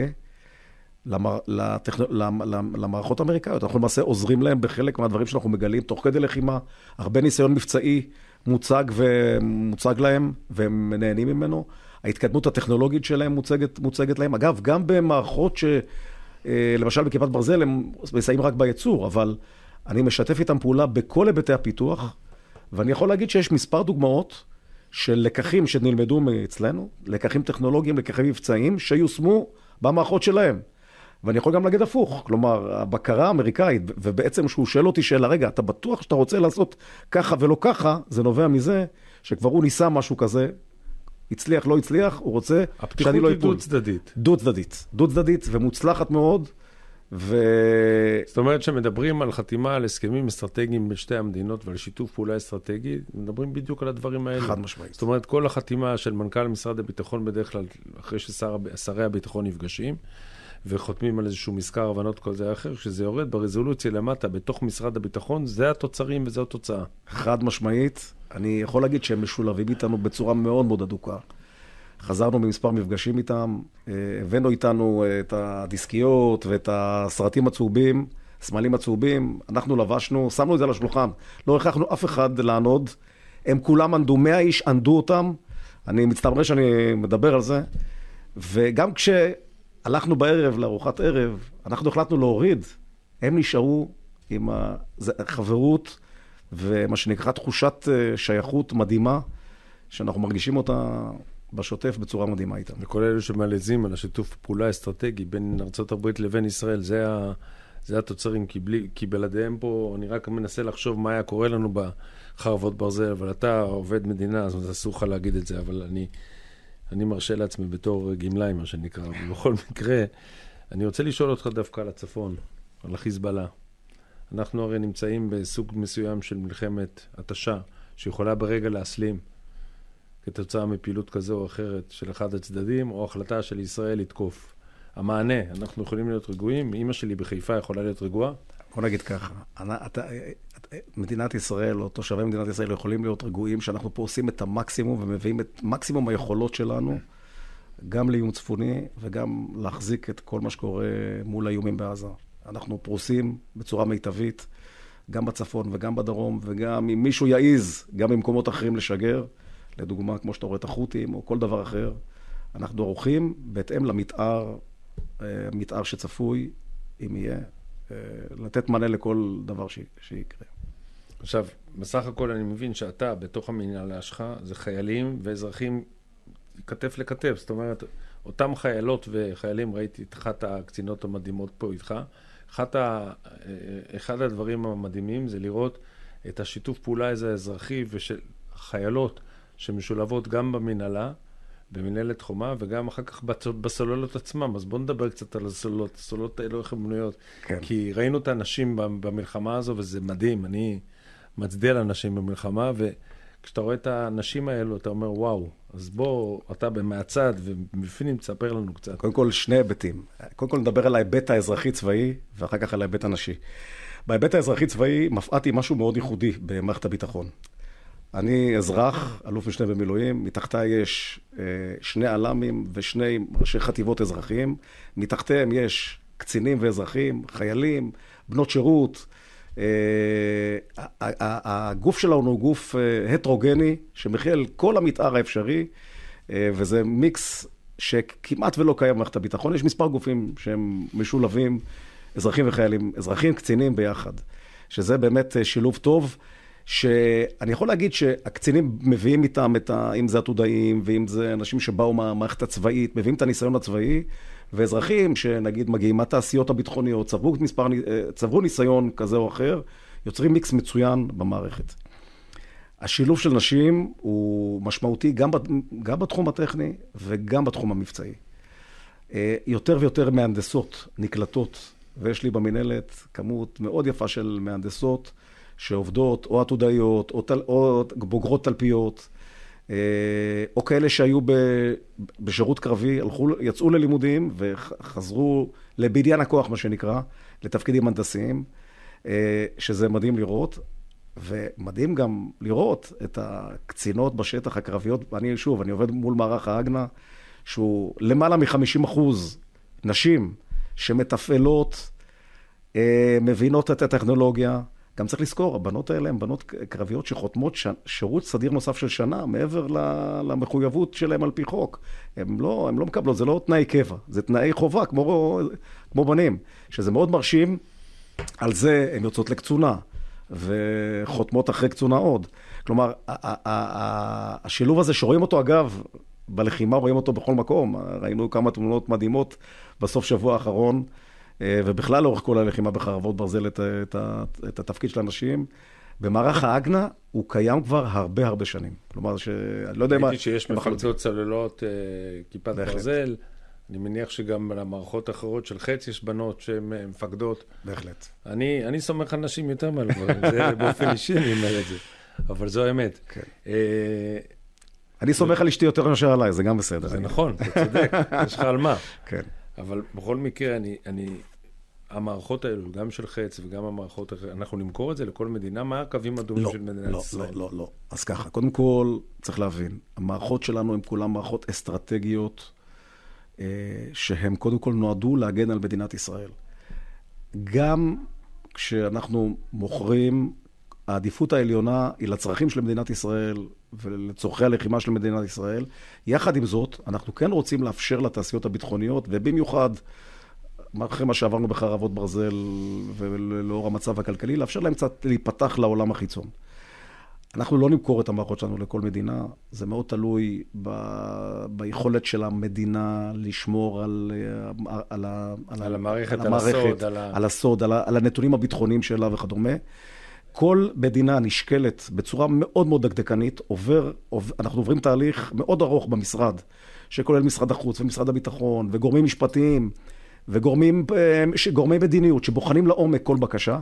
למערכות האמריקאיות. אנחנו למעשה עוזרים להם בחלק מהדברים שאנחנו מגלים תוך כדי לחימה. הרבה ניסיון מבצעי מוצג להם והם נהנים ממנו. ההתקדמות הטכנולוגית שלהם מוצגת להם. אגב, גם במערכות למשל בכיפת ברזל הם מסייעים רק בייצור, אבל אני משתף איתם פעולה בכל היבטי הפיתוח, ואני יכול להגיד שיש מספר דוגמאות של לקחים שנלמדו מאצלנו, לקחים טכנולוגיים, לקחים מבצעיים, שיושמו במערכות שלהם. ואני יכול גם להגיד הפוך, כלומר, הבקרה האמריקאית, ובעצם שהוא שואל אותי שאלה, רגע, אתה בטוח שאתה רוצה לעשות ככה ולא ככה, זה נובע מזה שכבר הוא ניסה משהו כזה, הצליח, לא הצליח, הוא רוצה שאני לא יפול. דו-צדדית. דו-צדדית ומוצלחת מאוד. זאת אומרת שמדברים על חתימה על הסכמים אסטרטגיים בשתי המדינות ועל שיתוף פעולה אסטרטגי, מדברים בדיוק על הדברים האלה. חד משמעית. זאת אומרת, כל החתימה של מנכ"ל משרד הביטחון בדרך כלל, אחרי ששרי הביטחון נפגשים, וחותמים על איזשהו מזכר הבנות כל זה אחר, כשזה יורד ברזולוציה למטה, בתוך משרד הביטחון, זה התוצרים וזו התוצאה. חד משמעית. אני יכול להגיד שהם משולבים איתנו בצורה מאוד מאוד אדוקה. חזרנו ממספר מפגשים איתם, הבאנו איתנו את הדיסקיות ואת הסרטים הצהובים, סמלים הצהובים, אנחנו לבשנו, שמנו את זה על השולחן. לא הכרחנו אף אחד לענוד, הם כולם ענדו, 100 איש ענדו אותם, אני מצטער שאני מדבר על זה, וגם כשהלכנו בערב לארוחת ערב, אנחנו החלטנו להוריד, הם נשארו עם החברות, ומה שנקרא תחושת שייכות מדהימה, שאנחנו מרגישים אותה בשוטף בצורה מדהימה איתם. וכל אלו שמלזים על השיתוף פעולה אסטרטגי בין ארצות הברית לבין ישראל, זה התוצרים, כי בלעדיהם פה, אני רק מנסה לחשוב מה היה קורה לנו בחרבות ברזל, אבל אתה עובד מדינה, אז אסור לך להגיד את זה, אבל אני מרשה לעצמי בתור גמלאי, מה שנקרא. ובכל מקרה, אני רוצה לשאול אותך דווקא על הצפון, על החיזבאללה. אנחנו הרי נמצאים בסוג מסוים של מלחמת התשה, שיכולה ברגע להסלים, כתוצאה מפעילות כזו או אחרת של אחד הצדדים, או החלטה של ישראל לתקוף. המענה, אנחנו יכולים להיות רגועים, אמא שלי בחיפה יכולה להיות רגועה? בוא נגיד ככה, מדינת ישראל, או תושבי מדינת ישראל, יכולים להיות רגועים, שאנחנו פה עושים את המקסימום, ומביאים את מקסימום היכולות שלנו, גם לאיום צפוני, וגם להחזיק את כל מה שקורה מול האיומים בעזה. אנחנו פרוסים בצורה מיטבית, גם בצפון וגם בדרום, וגם אם מישהו יעיז, גם במקומות אחרים לשגר, לדוגמה, כמו שאתה רואה את החות'ים, או כל דבר אחר, אנחנו ערוכים בהתאם למתאר שצפוי, אם יהיה, לתת מענה לכל דבר שיקרה. עכשיו, בסך הכל אני מבין שאתה, בתוך המנהלה שלך, זה חיילים ואזרחים כתף לכתף. זאת אומרת, אותם חיילות וחיילים, ראיתי את אחת הקצינות המדהימות פה איתך, אחד הדברים המדהימים זה לראות את השיתוף פעולה הזה האזרחי ושל חיילות שמשולבות גם במנהלה, במנהלת חומה, וגם אחר כך בסוללות עצמם. אז בואו נדבר קצת על הסוללות. הסוללות האלו איך הן בנויות. כן. כי ראינו את האנשים במלחמה הזו, וזה מדהים. אני מצדיע לאנשים במלחמה, וכשאתה רואה את האנשים האלו, אתה אומר, וואו, אז בוא, אתה מהצד, ומפנים, תספר לנו קצת. קודם כל, שני היבטים. קודם כל, נדבר על ההיבט האזרחי-צבאי, ואחר כך על ההיבט הנשי. בהיבט האזרחי-צבאי, מפעתי משהו מאוד ייחודי במערכת הביטחון. אני אזרח, אלוף משנה במילואים, מתחתיי יש שני אל"מים ושני ראשי חטיבות אזרחיים, מתחתיהם יש קצינים ואזרחים, חיילים, בנות שירות. הגוף שלנו הוא גוף הטרוגני, שמכיל כל המתאר האפשרי, וזה מיקס שכמעט ולא קיים במערכת הביטחון. יש מספר גופים שהם משולבים, אזרחים וחיילים, אזרחים, קצינים ביחד, שזה באמת שילוב טוב. שאני יכול להגיד שהקצינים מביאים איתם אם זה עתודאים, ואם זה אנשים שבאו מהמערכת הצבאית, מביאים את הניסיון הצבאי, ואזרחים שנגיד מגיעים מהתעשיות הביטחוניות, צברו ניסיון כזה או אחר, יוצרים מיקס מצוין במערכת. השילוב של נשים הוא משמעותי גם בתחום הטכני וגם בתחום המבצעי. יותר ויותר מהנדסות נקלטות, ויש לי במנהלת כמות מאוד יפה של מהנדסות, שעובדות או עתודאיות, או בוגרות תלפיות, או כאלה שהיו בשירות קרבי, יצאו ללימודים וחזרו לבניין הכוח, מה שנקרא, לתפקידים הנדסיים, שזה מדהים לראות, ומדהים גם לראות את הקצינות בשטח הקרביות. אני עובד מול מערך ההגנה, שהוא למעלה מ-50% נשים שמתפעלות, מבינות את הטכנולוגיה. גם צריך לזכור, הבנות האלה הן בנות קרביות שחותמות שירות סדיר נוסף של שנה, מעבר למחויבות שלהם על פי חוק. הן לא מקבלות, זה לא תנאי קבע, זה תנאי חובה, כמו בנים, שזה מאוד מרשים. על זה הן יוצאות לקצונה, וחותמות אחרי קצונה עוד. כלומר, השילוב הזה שרואים אותו, אגב, בלחימה רואים אותו בכל מקום. ראינו כמה תמונות מדהימות בסוף שבוע האחרון, ובכלל לאורך כל הלחימה בחרבות ברזל את התפקיד של האנשים. במערך ההגנה הוא קיים כבר הרבה שנים. כלומר, אני לא יודע מה... ראיתי שיש מפלצות צוללות, כיפת ברזל. אני מניח שגם למערכות אחרות של חץ יש בנות שהן מפקדות. בהחלט. אני סומך על נשים יותר מהגברים, זה באופן אישי אני אומר את זה. אבל זו האמת. כן. אני סומך על אשתי יותר מאשר עליי, זה גם בסדר. זה נכון, אתה צודק, יש לך על מה. כן. אבל בכל מקרה, המערכות האלו, גם של חץ וגם המערכות, אנחנו נמכור את זה לכל מדינה? מה הקווים הדומים של מדינת ישראל? לא. אז ככה, קודם כל צריך להבין, המערכות שלנו הן כולן מערכות אסטרטגיות, שהן קודם כל נועדו להגן על מדינת ישראל. גם כשאנחנו מוכרים, העדיפות העליונה היא לצרכים של מדינת ישראל ולצורכי הלחימה של מדינת ישראל. יחד עם זאת, אנחנו כן רוצים לאפשר לתעשיות הביטחוניות, ובמיוחד אחרי מה שעברנו בחרבות ברזל ולאור המצב הכלכלי, לאפשר להם קצת להיפתח לעולם החיצון. אנחנו לא נמכור את המערכות שלנו לכל מדינה, זה מאוד תלוי ביכולת של המדינה לשמור על המערכת, על הסוד, על הנתונים הביטחוניים שלה וכדומה. כל מדינה נשקלת בצורה מאוד מאוד דקדקנית, אנחנו עוברים תהליך מאוד ארוך במשרד, שכולל משרד החוץ ומשרד הביטחון וגורמים משפטיים וגורמי מדיניות שבוחנים לעומק כל בקשה.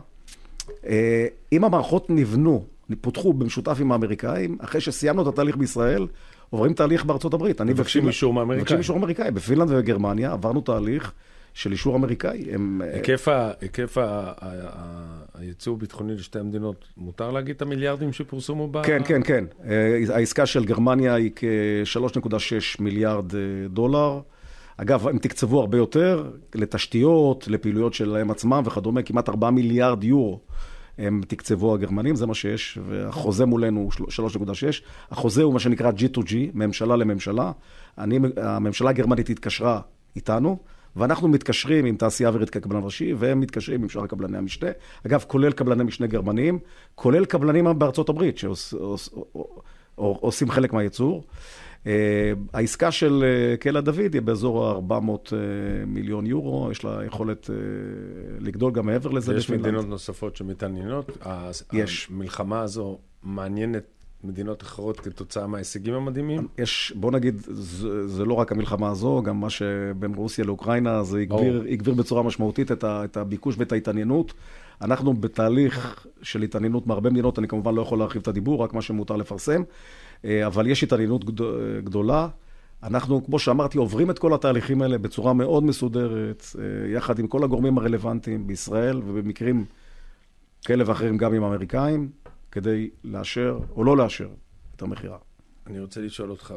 אם המערכות פותחו במשותף עם האמריקאים, אחרי שסיימנו את התהליך בישראל, עוברים תהליך בארצות הברית. מבקשים אישור מאמריקאי. מבקשים אישור אמריקאי. בפינלנד ובגרמניה עברנו תהליך של אישור אמריקאי. היקף הייצוא הביטחוני לשתי המדינות, מותר להגיד את המיליארדים שפורסמו בה? כן, כן, כן. העסקה של גרמניה היא כ-3.6 מיליארד דולר. אגב, הם תקצבו הרבה יותר לתשתיות, לפעילויות שלהם עצמם וכדומה, כמעט 4 מיליארד יורו. הם תקצבו הגרמנים, זה מה שיש, והחוזה מולנו 3.6. החוזה הוא מה שנקרא G2G, ממשלה לממשלה. הממשלה הגרמנית התקשרה איתנו, ואנחנו מתקשרים עם תעשייה אווירית כקבלן ראשי, והם מתקשרים עם שאר קבלני המשנה. אגב, כולל קבלני משנה גרמניים, כולל קבלנים בארצות הברית, שעושים חלק מהייצור. העסקה של קהילת דוד היא באזור 400 מיליון יורו, יש לה יכולת לגדול גם מעבר לזה. יש מדינות נוספות שמתעניינות? יש. המלחמה הזו מעניינת מדינות אחרות כתוצאה מההישגים המדהימים? בוא נגיד, זה לא רק המלחמה הזו, גם מה שבין רוסיה לאוקראינה, זה הגביר בצורה משמעותית את הביקוש ואת ההתעניינות. אנחנו בתהליך של התעניינות מהרבה מדינות, אני כמובן לא יכול להרחיב את הדיבור, רק מה שמותר לפרסם. אבל יש התעניינות גדולה. אנחנו, כמו שאמרתי, עוברים את כל התהליכים האלה בצורה מאוד מסודרת, יחד עם כל הגורמים הרלוונטיים בישראל, ובמקרים כאלה ואחרים גם עם האמריקאים, כדי לאשר או לא לאשר את המחירה. אני רוצה לשאול אותך,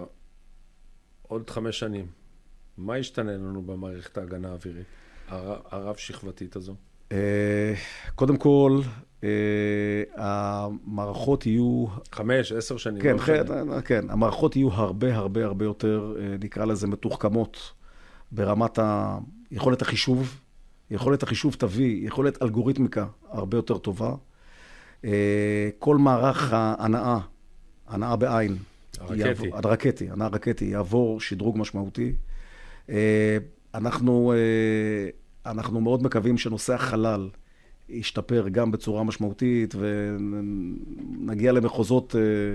עוד 5 שנים, מה ישתנה לנו במערכת ההגנה האווירית, הרב שכבתית הזו? קודם כל, המערכות יהיו... 5-10 שנים. כן, כן, המערכות יהיו הרבה יותר, נקרא לזה, מתוחכמות ברמת יכולת החישוב. יכולת החישוב תביא, יכולת אלגוריתמיקה הרבה יותר טובה. כל מערך ההנעה בעין, הנעה רקטי, יעבור שדרוג משמעותי. אנחנו מאוד מקווים שנושא החלל ישתפר גם בצורה משמעותית, ונגיע למחוזות,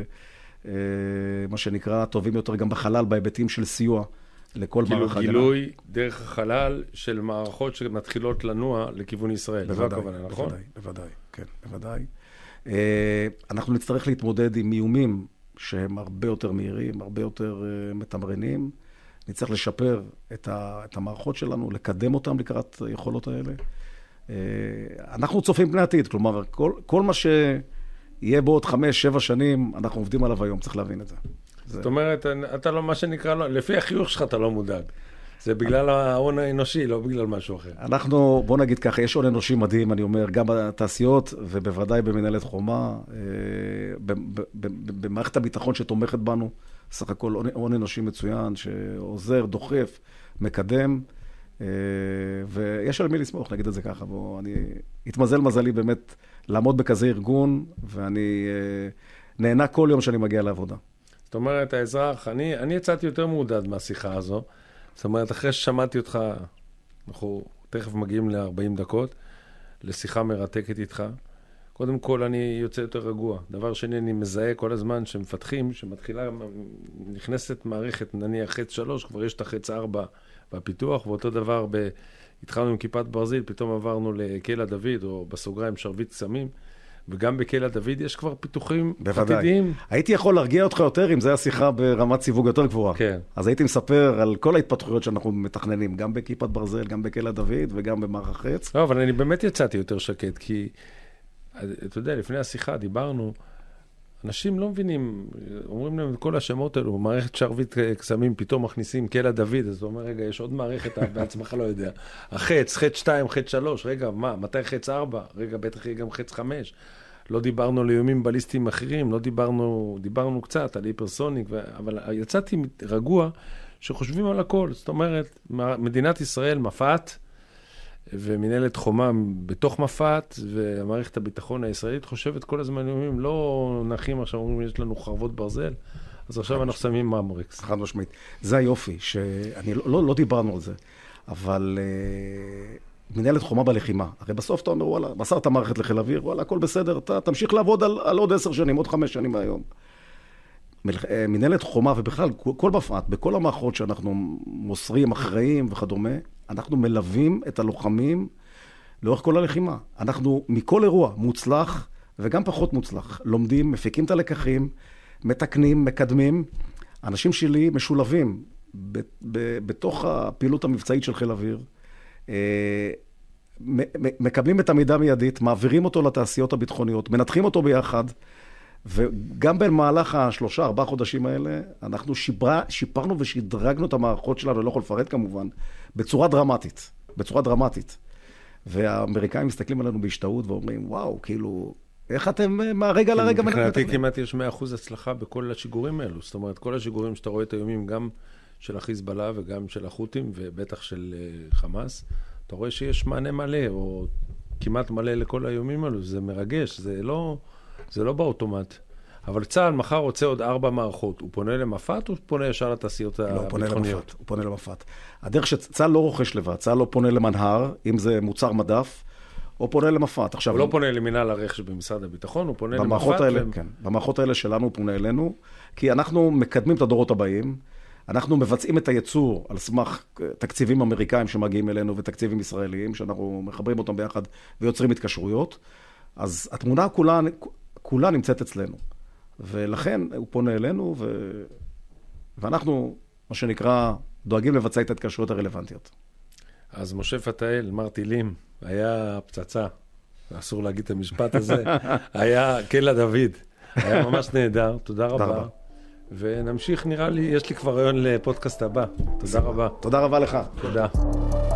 מה שנקרא, טובים יותר גם בחלל, בהיבטים של סיוע לכל מערך הגנה. גילוי דרך החלל של מערכות שמתחילות לנוע לכיוון ישראל. בוודאי, כן, בוודאי. אנחנו נצטרך להתמודד עם איומים שהם הרבה יותר מהירים, הרבה יותר מתמרנים. נצטרך לשפר את המערכות שלנו, לקדם אותם לקראת היכולות האלה. אנחנו צופים פני עתיד, כלומר, כל מה שיהיה בעוד 5-7 שנים, אנחנו עובדים עליו היום, צריך להבין את זה. זאת אומרת, אתה לא, מה שנקרא, לפי החיוך שלך אתה לא מודאג. זה בגלל ההון האנושי, לא בגלל משהו אחר. אנחנו, בוא נגיד ככה, יש הון אנושי מדהים, אני אומר, גם בתעשיות, ובוודאי במנהלת חומה, במערכת הביטחון שתומכת בנו, סך הכל הון אנושי מצוין, שעוזר, דוחף, מקדם, ויש על מי לסמוך, נגיד את זה ככה. אני התמזל מזלי באמת לעמוד בכזה ארגון, ואני נהנה כל יום שאני מגיע לעבודה. זאת אומרת, האזרח, אני יצאתי יותר מעודד מהשיחה הזו. זאת אומרת, אחרי ששמעתי אותך, אנחנו תכף מגיעים ל-40 דקות, לשיחה מרתקת איתך. קודם כל, אני יוצא יותר רגוע. דבר שני, אני מזהה כל הזמן שמפתחים, שמתחילה, נכנסת מערכת, נניח חץ 3, כבר יש את החץ 4 בפיתוח, ואותו דבר, התחלנו עם כיפת ברזיל, פתאום עברנו לקהילת דוד, או בסוגריים שרביט קסמים, וגם בקהילת דוד יש כבר פיתוחים עתידיים. הייתי יכול להרגיע אותך יותר אם זה היה שיחה ברמת סיווג יותר גבוהה. כן. אז הייתי מספר על כל ההתפתחויות שאנחנו מתכננים, גם בכיפת ברזל, גם בקהילת דוד וגם במערך החץ. לא, אבל אני באמת יצאתי יותר שקט, כי אתה יודע, לפני השיחה דיברנו, אנשים לא מבינים, אומרים להם את כל השמות האלו, מערכת שרביט קסמים פתאום מכניסים קהילת דוד, אז הוא אומר, רגע, יש עוד מערכת, בעצמך לא יודע. החץ, חץ 2, חץ 3, רגע, מה, מתי חץ 4? רגע, בטח יהיה גם חץ 5. לא דיברנו על איומים בליסטיים אחרים, לא דיברנו קצת על היפרסוניק, אבל יצאתי רגוע שחושבים על הכל. זאת אומרת, מדינת ישראל, מפת, ומנהלת חומה בתוך מפת, ומערכת הביטחון הישראלית חושבת כל הזמן איומים, לא נחים עכשיו, אומרים, יש לנו חרבות ברזל, אז עכשיו אנחנו שמים ממריקס. חד משמעית. זה היופי, שאני לא דיברנו על זה, אבל מנהלת חומה בלחימה. הרי בסוף אתה אומר, וואלה, מסרת מערכת לחיל אוויר, וואלה, הכל בסדר, אתה תמשיך לעבוד על עוד 10 שנים, עוד 5 שנים מהיום. מנהלת חומה, ובכלל, כל מפת, בכל המערכות שאנחנו מוסרים, אחראים וכדומה, אנחנו מלווים את הלוחמים לאורך כל הלחימה. אנחנו מכל אירוע מוצלח וגם פחות מוצלח, לומדים, מפיקים את הלקחים, מתקנים, מקדמים. האנשים שלי משולבים בתוך הפעילות המבצעית של חיל אוויר, מקבלים את המידע מיידית, מעבירים אותו לתעשיות הביטחוניות, מנתחים אותו ביחד, וגם במהלך 3-4 חודשים האלה, אנחנו שיפרנו ושדרגנו את המערכות שלנו, לא יכול לפרט כמובן, בצורה דרמטית. והאמריקאים מסתכלים עלינו בהשתאות ואומרים, וואו, כאילו, איך אתם מהרגע לרגע... מבחינתי כמעט יש 100% הצלחה בכל השיגורים האלו. זאת אומרת, כל השיגורים שאתה רואה את האיומים, גם של החיזבאללה וגם של החות'ים, ובטח של חמאס, אתה רואה שיש מענה מלא, או כמעט מלא לכל האיומים האלו. זה מרגש, זה לא באוטומט. אבל צה"ל מחר רוצה עוד 4 מערכות. הוא פונה למפת או פונה ישר לתעשיות הביטחוניות? הוא פונה למפת. הדרך שצה"ל לא רוכש לבד, צה"ל לא פונה למנהר, אם זה מוצר מדף, או פונה למפת. הוא לא פונה למינהל הרכש במשרד הביטחון, הוא פונה למפת. כן, במערכות האלה שלנו הוא פונה אלינו, כי אנחנו מקדמים את הדורות הבאים, אנחנו מבצעים את הייצור על סמך תקציבים אמריקאים שמגיעים אלינו ותקציבים ישראליים, שאנחנו מחברים אותם ביחד ויוצרים התקשרויות. אז התמונה כולה נמצאת אצלנו. ולכן הוא פונה אלינו, ואנחנו, מה שנקרא, דואגים לבצע את ההתקשרויות הרלוונטיות. אז משה פתאל, מר טילים, היה פצצה, אסור להגיד את המשפט הזה, היה קלע דוד, היה ממש נהדר, תודה רבה. ונמשיך, נראה לי, יש לי כבר רעיון לפודקאסט הבא. תודה רבה. תודה רבה לך. תודה.